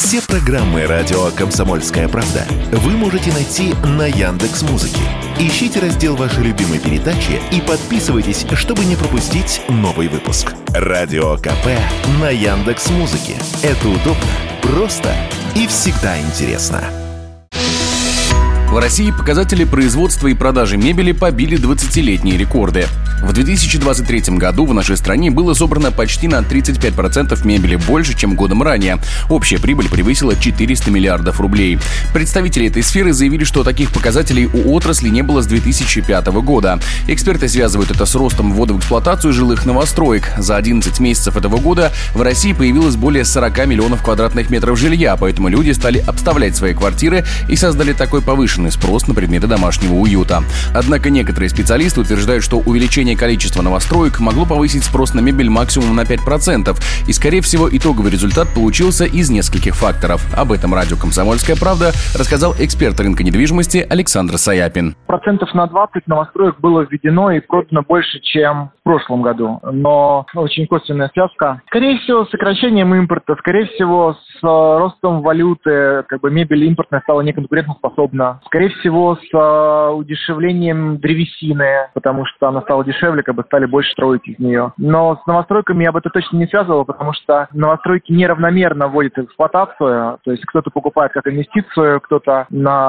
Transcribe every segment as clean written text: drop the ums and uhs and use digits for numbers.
Все программы радио «Комсомольская правда» вы можете найти на Яндекс.Музыке. Ищите раздел вашей любимой передачи и подписывайтесь, чтобы не пропустить новый выпуск. Радио КП на Яндекс.Музыке. Это удобно, просто и всегда интересно. В России показатели производства и продажи мебели побили 20-летние рекорды. В 2023 году в нашей стране было собрано почти на 35% мебели больше, чем годом ранее. Общая прибыль превысила 400 миллиардов рублей. Представители этой сферы заявили, что таких показателей у отрасли не было с 2005 года. Эксперты связывают это с ростом ввода в эксплуатацию жилых новостроек. За 11 месяцев этого года в России появилось более 40 миллионов квадратных метров жилья, поэтому люди стали обставлять свои квартиры и создали такой повышенный спрос на предметы домашнего уюта. Однако некоторые специалисты утверждают, что увеличение количества новостроек могло повысить спрос на мебель максимум на 5%. И, скорее всего, итоговый результат получился из нескольких факторов. Об этом радио «Комсомольская правда» рассказал эксперт рынка недвижимости Александр Саяпин. Процентов на 20 новостроек было введено и продано больше, чем в прошлом году. Но очень косвенная связка. Скорее всего, с сокращением импорта, скорее всего, с ростом валюты, мебель импортная стала неконкурентоспособна. Скорее всего, с удешевлением древесины, потому что она стала дешевле, стали больше строить из нее. Но с новостройками я бы это точно не связывал, потому что новостройки неравномерно вводятся в эксплуатацию. То есть кто-то покупает как инвестицию, кто-то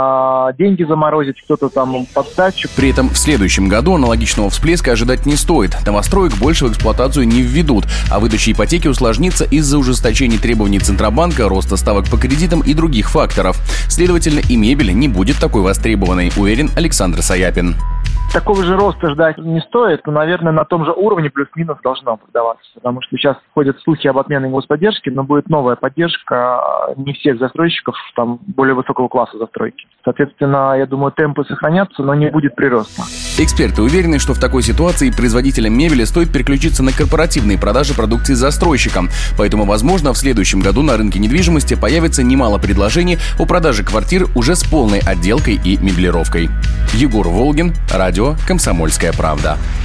на деньги заморозит, кто-то там под сдачу. При этом в следующем году аналогичного всплеска ожидать не стоит. Новостроек больше в эксплуатацию не введут, а выдача ипотеки усложнится из-за ужесточения требований Центробанка, роста ставок по кредитам и других факторов. Следовательно, и мебель не будет такой востребованной, уверен Александр Саяпин. Такого же роста ждать не стоит, но, наверное, на том же уровне плюс-минус должно продаваться. Потому что сейчас ходят слухи об отмене господдержки, но будет новая поддержка не всех застройщиков, там более высокого класса застройки. Соответственно, я думаю, темпы сохранятся, но не будет прироста. Эксперты уверены, что в такой ситуации производителям мебели стоит переключиться на корпоративные продажи продукции застройщикам. Поэтому, возможно, в следующем году на рынке недвижимости появится немало предложений о продаже квартир уже с полной отделкой и меблировкой. Егор Волгин, радио «Комсомольская правда».